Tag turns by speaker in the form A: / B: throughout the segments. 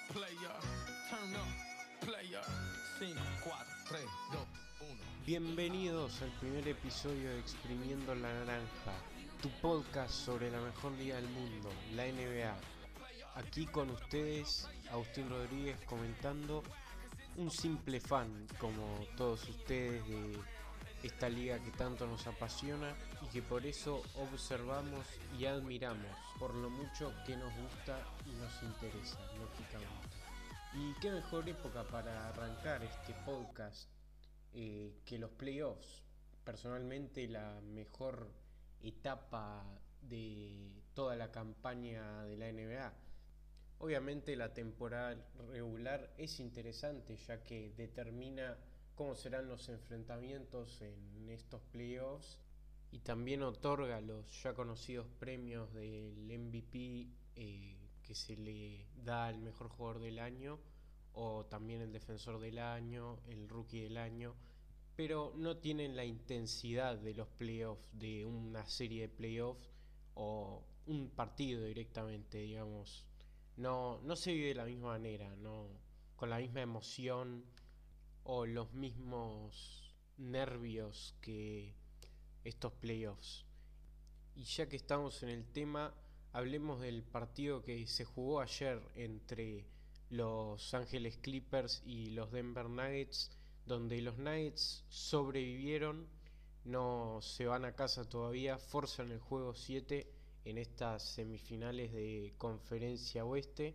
A: Player, turn up, player. 5, 4, 3, 2, 1.
B: Bienvenidos al primer episodio de Exprimiendo la Naranja, tu podcast sobre la mejor liga del mundo, la NBA. Aquí con ustedes, Agustín Rodríguez comentando, un simple fan como todos ustedes de esta liga que tanto nos apasiona y que por eso observamos y admiramos por lo mucho que nos gusta y nos interesa, lógicamente. Y qué mejor época para arrancar este podcast que los playoffs. Personalmente la mejor etapa de toda la campaña de la NBA. Obviamente la temporada regular es interesante ya que determina cómo serán los enfrentamientos en estos playoffs y también otorga los ya conocidos premios del MVP que se le da al mejor jugador del año o también el defensor del año, el rookie del año, pero no tienen la intensidad de los playoffs, de una serie de playoffs o un partido directamente, digamos. No se vive de la misma manera, no con la misma emoción o los mismos nervios que estos playoffs. Y ya que estamos en el tema, hablemos del partido que se jugó ayer entre los Ángeles Clippers y los Denver Nuggets, donde los Nuggets sobrevivieron, no se van a casa todavía, forzan el juego 7 en estas semifinales de Conferencia Oeste,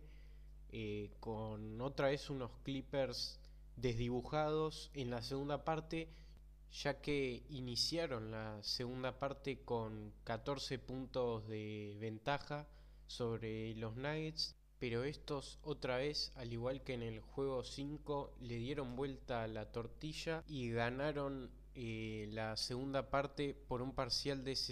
B: con otra vez unos Clippers desdibujados en la segunda parte, ya que iniciaron la segunda parte con 14 puntos de ventaja sobre los Nuggets, pero estos otra vez, al igual que en el juego 5, le dieron vuelta a la tortilla y ganaron la segunda parte por un parcial de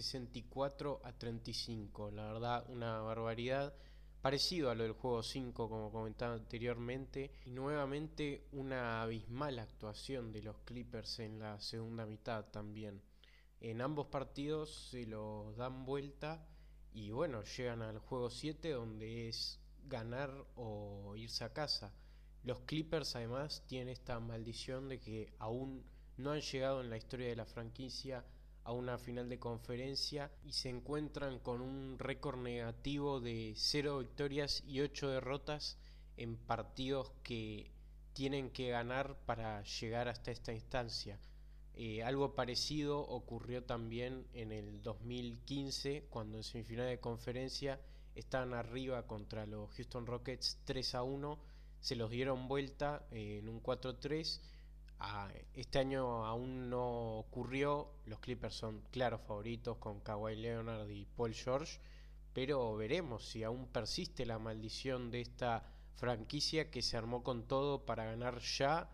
B: 64-35. La verdad, una barbaridad. Parecido a lo del juego 5, como comentaba anteriormente, y nuevamente una abismal actuación de los Clippers en la segunda mitad también. En ambos partidos se los dan vuelta y bueno, llegan al juego 7 donde es ganar o irse a casa. Los Clippers además tienen esta maldición de que aún no han llegado en la historia de la franquicia a una final de conferencia y se encuentran con un récord negativo de 0 victorias y 8 derrotas en partidos que tienen que ganar para llegar hasta esta instancia. Algo parecido ocurrió también en el 2015 cuando en semifinal de conferencia estaban arriba contra los Houston Rockets 3-1, se los dieron vuelta en un 4-3. Este año aún no ocurrió, los Clippers son claros favoritos con Kawhi Leonard y Paul George, pero veremos si aún persiste la maldición de esta franquicia que se armó con todo para ganar ya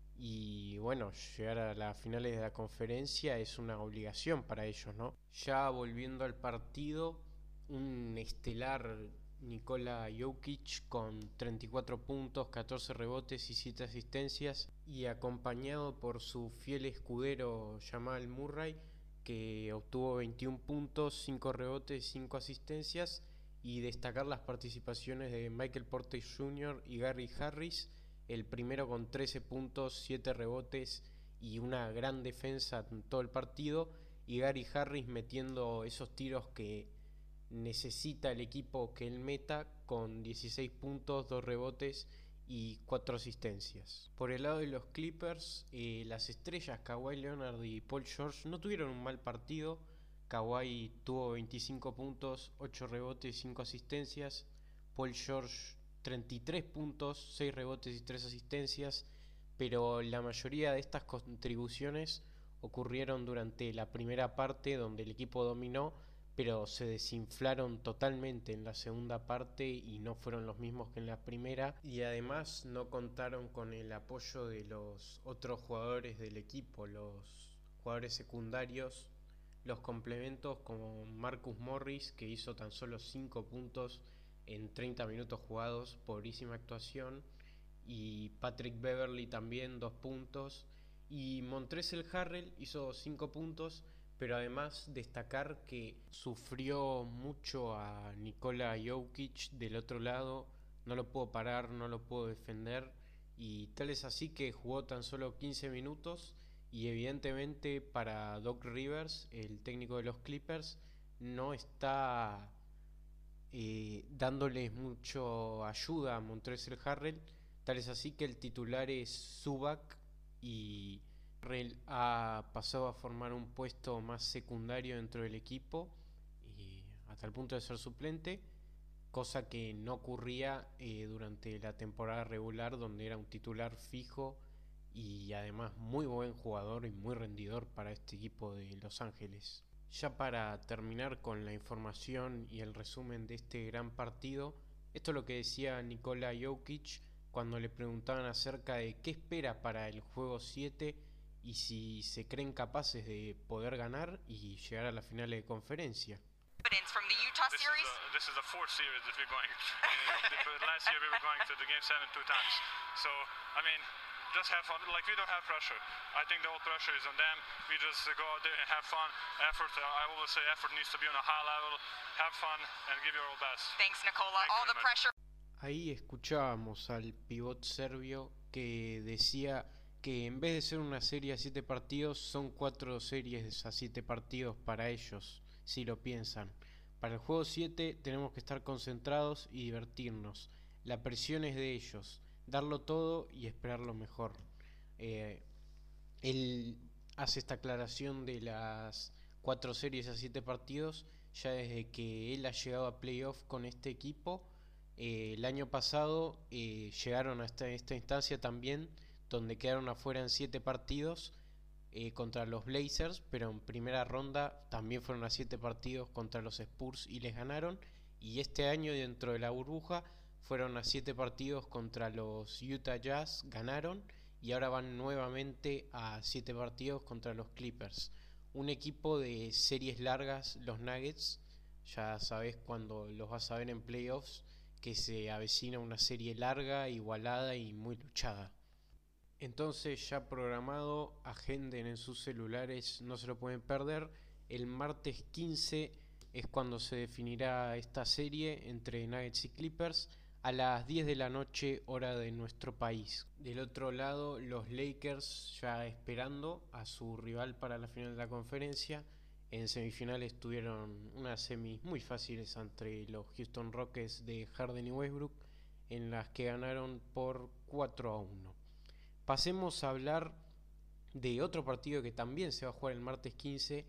B: y bueno, llegar a las finales de la conferencia es una obligación para ellos, ¿no? Ya volviendo al partido, un estelar Nikola Jokic con 34 puntos, 14 rebotes y 7 asistencias y acompañado por su fiel escudero Jamal Murray que obtuvo 21 puntos, 5 rebotes y 5 asistencias, y destacar las participaciones de Michael Porter Jr. y Gary Harris, el primero con 13 puntos, 7 rebotes y una gran defensa en todo el partido, y Gary Harris metiendo esos tiros que necesita el equipo que él meta con 16 puntos, 2 rebotes y 4 asistencias. Por el lado de los Clippers, las estrellas Kawhi Leonard y Paul George no tuvieron un mal partido. Kawhi tuvo 25 puntos, 8 rebotes y 5 asistencias. Paul George 33 puntos, 6 rebotes y 3 asistencias, pero la mayoría de estas contribuciones ocurrieron durante la primera parte donde el equipo dominó, pero se desinflaron totalmente en la segunda parte y no fueron los mismos que en la primera, y además no contaron con el apoyo de los otros jugadores del equipo, los jugadores secundarios, los complementos como Marcus Morris, que hizo tan solo 5 puntos en 30 minutos jugados, pobrísima actuación, y Patrick Beverley también 2 puntos, y Montrezl Harrell hizo 5 puntos, pero además destacar que sufrió mucho a Nikola Jokic del otro lado, no lo puedo parar, no lo puedo defender, y tal es así que jugó tan solo 15 minutos y evidentemente para Doc Rivers, el técnico de los Clippers, no está dándoles mucho ayuda a Montrezl Harrell, tal es así que el titular es Zubac y Harrell ha pasado a formar un puesto más secundario dentro del equipo, hasta el punto de ser suplente, cosa que no ocurría durante la temporada regular, donde era un titular fijo y además muy buen jugador y muy rendidor para este equipo de Los Ángeles. Ya para terminar con la información y el resumen de este gran partido, esto es lo que decía Nikola Jokic cuando le preguntaban acerca de qué espera para el juego 7 y si se creen capaces de poder ganar y llegar a la final de conferencia.
C: From the Utah series?
D: This is the fourth series that we're going. Last year we were going to the game 7 2 times. So, I mean, just have fun. Like, we don't have pressure. I think the whole pressure is on them. We just go out there and have fun. Effort, I always say effort needs to be on a high level. Have fun and give your all best.
C: Thanks, Nikola. All the pressure.
B: Ahí escuchábamos al pivot serbio que decía que en vez de ser una serie a 7 partidos, son 4 series a 7 partidos para ellos, si lo piensan. Para el juego 7 tenemos que estar concentrados y divertirnos. La presión es de ellos, darlo todo y esperar lo mejor. Él hace esta aclaración de las 4 series a 7 partidos ya desde que él ha llegado a playoff con este equipo. El año pasado llegaron hasta esta instancia también, donde quedaron afuera en 7 partidos contra los Blazers, pero en primera ronda también fueron a 7 partidos contra los Spurs y les ganaron. Y este año, dentro de la burbuja, fueron a 7 partidos contra los Utah Jazz, ganaron, y ahora van nuevamente a 7 partidos contra los Clippers. Un equipo de series largas, los Nuggets, ya sabes cuando los vas a ver en playoffs, que se avecina una serie larga, igualada y muy luchada. Entonces, ya programado, agenden en sus celulares, no se lo pueden perder. El martes 15 es cuando se definirá esta serie entre Nuggets y Clippers a las 10 de la noche, hora de nuestro país. Del otro lado, los Lakers ya esperando a su rival para la final de la conferencia. En semifinales tuvieron unas semis muy fáciles entre los Houston Rockets de Harden y Westbrook, en las que ganaron por 4-1. Pasemos a hablar de otro partido que también se va a jugar el martes 15,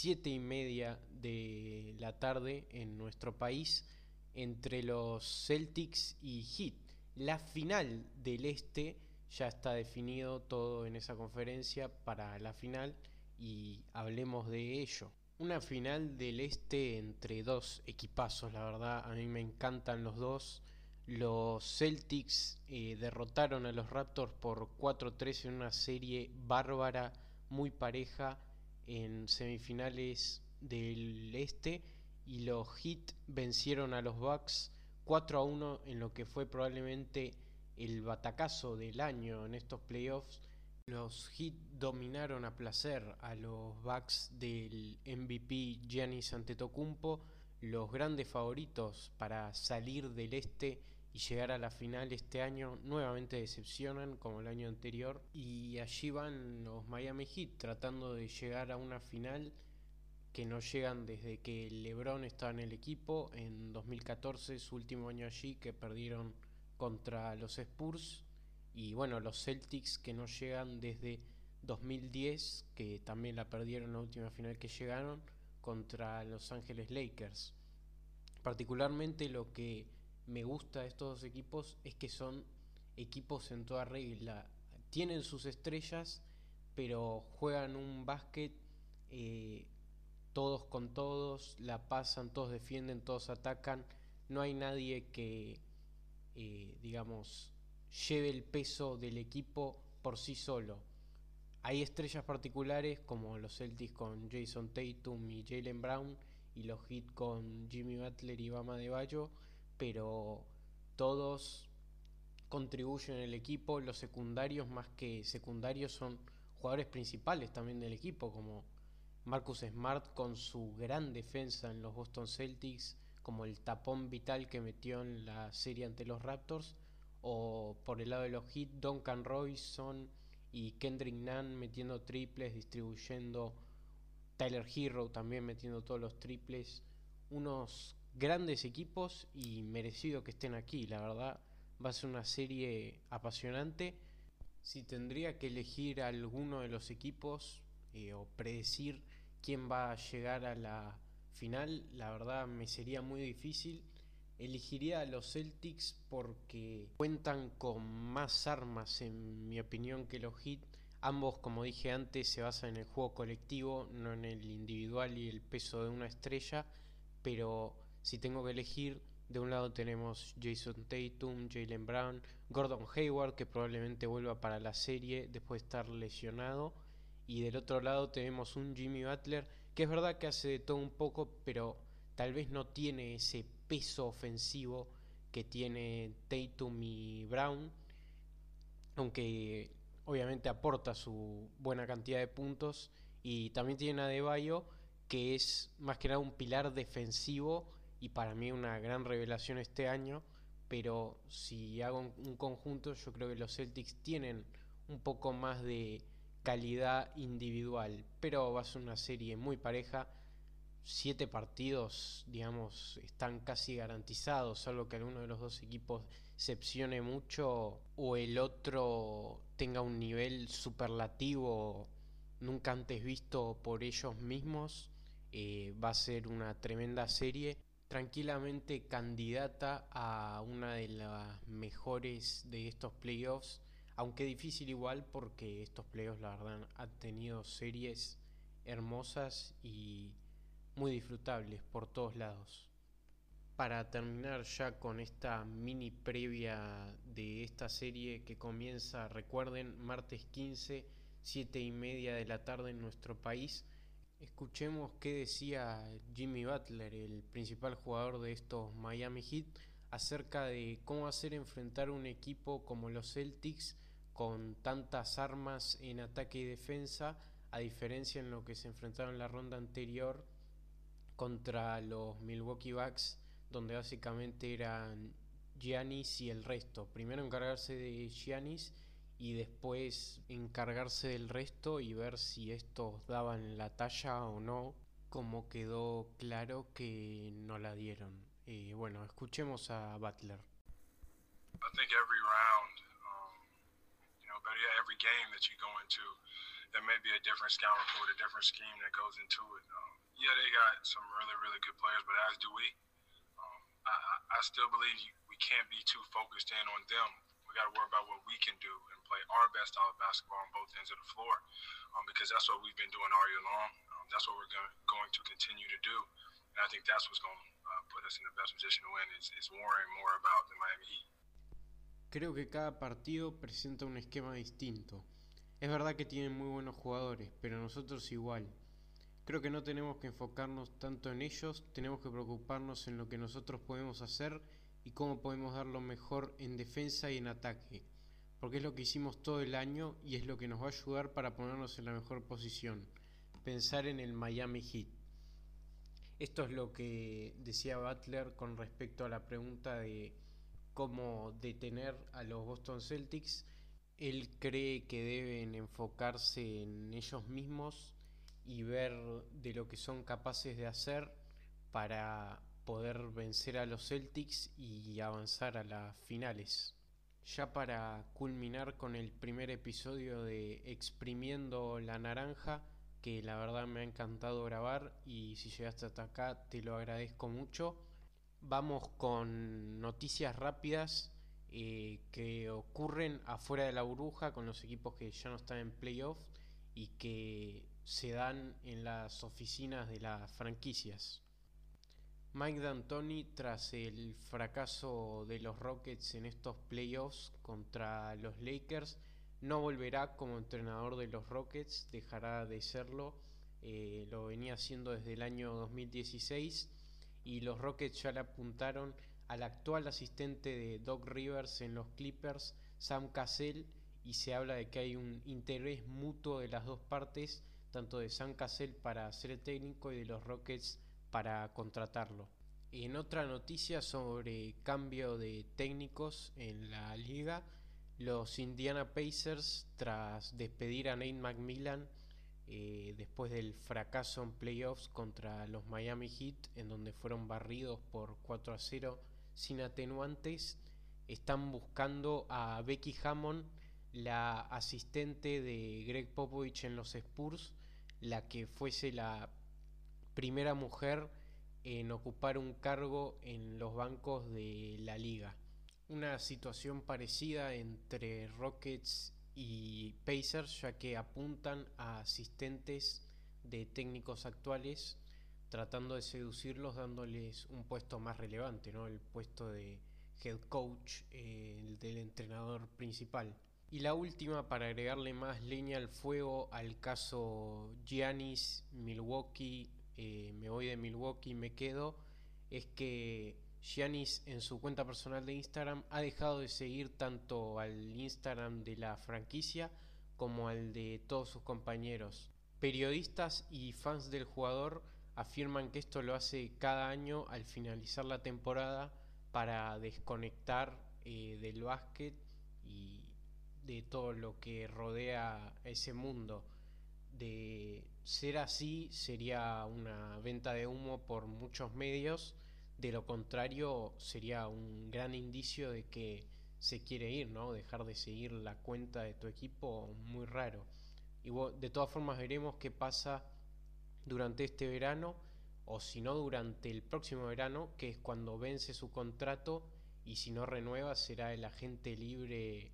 B: 7:30 de la tarde en nuestro país, entre los Celtics y Heat. La final del este, ya está definido todo en esa conferencia para la final, y hablemos de ello. Una final del este entre dos equipazos, la verdad, a mí me encantan los dos. Los Celtics derrotaron a los Raptors por 4-3 en una serie bárbara, muy pareja, en semifinales del este, y los Heat vencieron a los Bucks 4-1 en lo que fue probablemente el batacazo del año en estos playoffs. Los Heat dominaron a placer a los Bucks del MVP Giannis Antetokounmpo, los grandes favoritos para salir del este y llegar a la final este año. Nuevamente decepcionan como el año anterior, y allí van los Miami Heat tratando de llegar a una final que no llegan desde que LeBron estaba en el equipo en 2014, su último año allí, que perdieron contra los Spurs. Y bueno, los Celtics que no llegan desde 2010, que también la perdieron en la última final que llegaron contra Los Ángeles Lakers. Particularmente lo que me gusta de estos dos equipos es que son equipos en toda regla. Tienen sus estrellas, pero juegan un básquet todos con todos, la pasan, todos defienden, todos atacan. No hay nadie que, digamos, lleve el peso del equipo por sí solo. Hay estrellas particulares como los Celtics con Jason Tatum y Jaylen Brown, y los Heat con Jimmy Butler y Bam Adebayo, pero todos contribuyen al equipo. Los secundarios, más que secundarios, son jugadores principales también del equipo, como Marcus Smart con su gran defensa en los Boston Celtics, como el tapón vital que metió en la serie ante los Raptors, o por el lado de los Heat, Duncan Robinson y Kendrick Nunn metiendo triples, distribuyendo, Tyler Hero también metiendo todos los triples. Unos grandes equipos y merecido que estén aquí, la verdad va a ser una serie apasionante. Si tendría que elegir alguno de los equipos o predecir quién va a llegar a la final, la verdad me sería muy difícil. Elegiría a los Celtics porque cuentan con más armas en mi opinión que los Heat. Ambos, como dije antes, se basan en el juego colectivo, no en el individual y el peso de una estrella. Pero si tengo que elegir, de un lado tenemos Jason Tatum, Jaylen Brown, Gordon Hayward, que probablemente vuelva para la serie después de estar lesionado. Y del otro lado tenemos un Jimmy Butler, que es verdad que hace de todo un poco, pero tal vez no tiene ese peso ofensivo que tiene Tatum y Brown, aunque obviamente aporta su buena cantidad de puntos. Y también tiene a Adebayo, que es más que nada un pilar defensivo y para mí una gran revelación este año. Pero si hago un conjunto, yo creo que los Celtics tienen un poco más de calidad individual, pero va a ser una serie muy pareja. 7 partidos, digamos, están casi garantizados, salvo que alguno de los dos equipos decepcione mucho o el otro tenga un nivel superlativo nunca antes visto por ellos mismos. Va a ser una tremenda serie, tranquilamente candidata a una de las mejores de estos playoffs, aunque difícil igual porque estos playoffs la verdad han tenido series hermosas y muy disfrutables por todos lados. Para terminar ya con esta mini previa de esta serie que comienza, recuerden, martes 15, 7:30 de la tarde en nuestro país, escuchemos qué decía Jimmy Butler, el principal jugador de estos Miami Heat, acerca de cómo hacer enfrentar un equipo como los Celtics con tantas armas en ataque y defensa, a diferencia en lo que se enfrentaron en la ronda anterior contra los Milwaukee Bucks, donde básicamente eran Giannis y el resto. Primero encargarse de Giannis y después encargarse del resto y ver si estos daban la talla o no, como quedó claro que no la dieron. Bueno, escuchemos a Butler.
E: I think every round, but yeah, every game that you go into, there may be a different scout report, a different scheme that goes into it. Yeah, they got some really, really good players, but as do we. I still believe we can't be too focused in on them. We got to worry about what we can do and play our best style of basketball on both ends of the floor, because that's what we've been doing all year long. That's what we're going to continue to do, and I think that's what's going to put us in the best position to win. Is worrying more about the Miami Heat.
B: Creo que cada partido presenta un esquema distinto. Es verdad que tienen muy buenos jugadores, pero nosotros igual. Creo que no tenemos que enfocarnos tanto en ellos, tenemos que preocuparnos en lo que nosotros podemos hacer y cómo podemos dar lo mejor en defensa y en ataque, porque es lo que hicimos todo el año y es lo que nos va a ayudar para ponernos en la mejor posición, pensar en el Miami Heat. Esto es lo que decía Butler con respecto a la pregunta de cómo detener a los Boston Celtics. Él cree que deben enfocarse en ellos mismos y ver de lo que son capaces de hacer para poder vencer a los Celtics y avanzar a las finales. Ya para culminar con el primer episodio de Exprimiendo la Naranja, que la verdad me ha encantado grabar y si llegaste hasta acá te lo agradezco mucho. Vamos con noticias rápidas que ocurren afuera de la burbuja con los equipos que ya no están en playoff y que se dan en las oficinas de las franquicias. Mike D'Antoni, tras el fracaso de los Rockets en estos playoffs contra los Lakers, no volverá como entrenador de los Rockets, dejará de serlo. Lo venía haciendo desde el año 2016 y los Rockets ya le apuntaron al actual asistente de Doc Rivers en los Clippers, Sam Cassell, y se habla de que hay un interés mutuo de las dos partes, tanto de Sam Cassell para ser el técnico y de los Rockets para contratarlo. En otra noticia sobre cambio de técnicos en la liga, los Indiana Pacers, tras despedir a Nate McMillan después del fracaso en playoffs contra los Miami Heat, en donde fueron barridos por 4-0 sin atenuantes, están buscando a Becky Hammon, la asistente de Greg Popovich en los Spurs, la que fuese la primera mujer en ocupar un cargo en los bancos de la liga. Una situación parecida entre Rockets y Pacers, ya que apuntan a asistentes de técnicos actuales, tratando de seducirlos, dándoles un puesto más relevante, ¿no? El puesto de head coach, el del entrenador principal. Y la última, para agregarle más leña al fuego al caso Giannis, Milwaukee, me voy de Milwaukee y me quedo, es que Giannis en su cuenta personal de Instagram ha dejado de seguir tanto al Instagram de la franquicia como al de todos sus compañeros. Periodistas y fans del jugador afirman que esto lo hace cada año al finalizar la temporada para desconectar del básquet y de todo lo que rodea ese mundo. De ser así, sería una venta de humo por muchos medios. De lo contrario, sería un gran indicio de que se quiere ir, ¿no? Dejar de seguir la cuenta de tu equipo, muy raro. Y de todas formas veremos qué pasa durante este verano, o si no durante el próximo verano, que es cuando vence su contrato, y si no renueva será el agente libre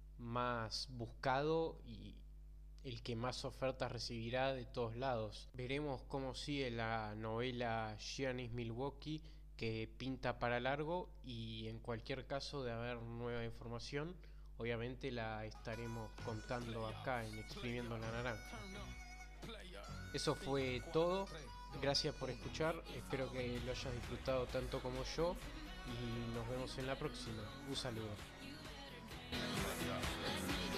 B: más buscado y el que más ofertas recibirá de todos lados. Veremos cómo sigue la novela Giannis Milwaukee, que pinta para largo, y en cualquier caso de haber nueva información, obviamente la estaremos contando acá en Exprimiendo la Naranja. Eso fue todo, gracias por escuchar, espero que lo hayas disfrutado tanto como yo y nos vemos en la próxima. Un saludo.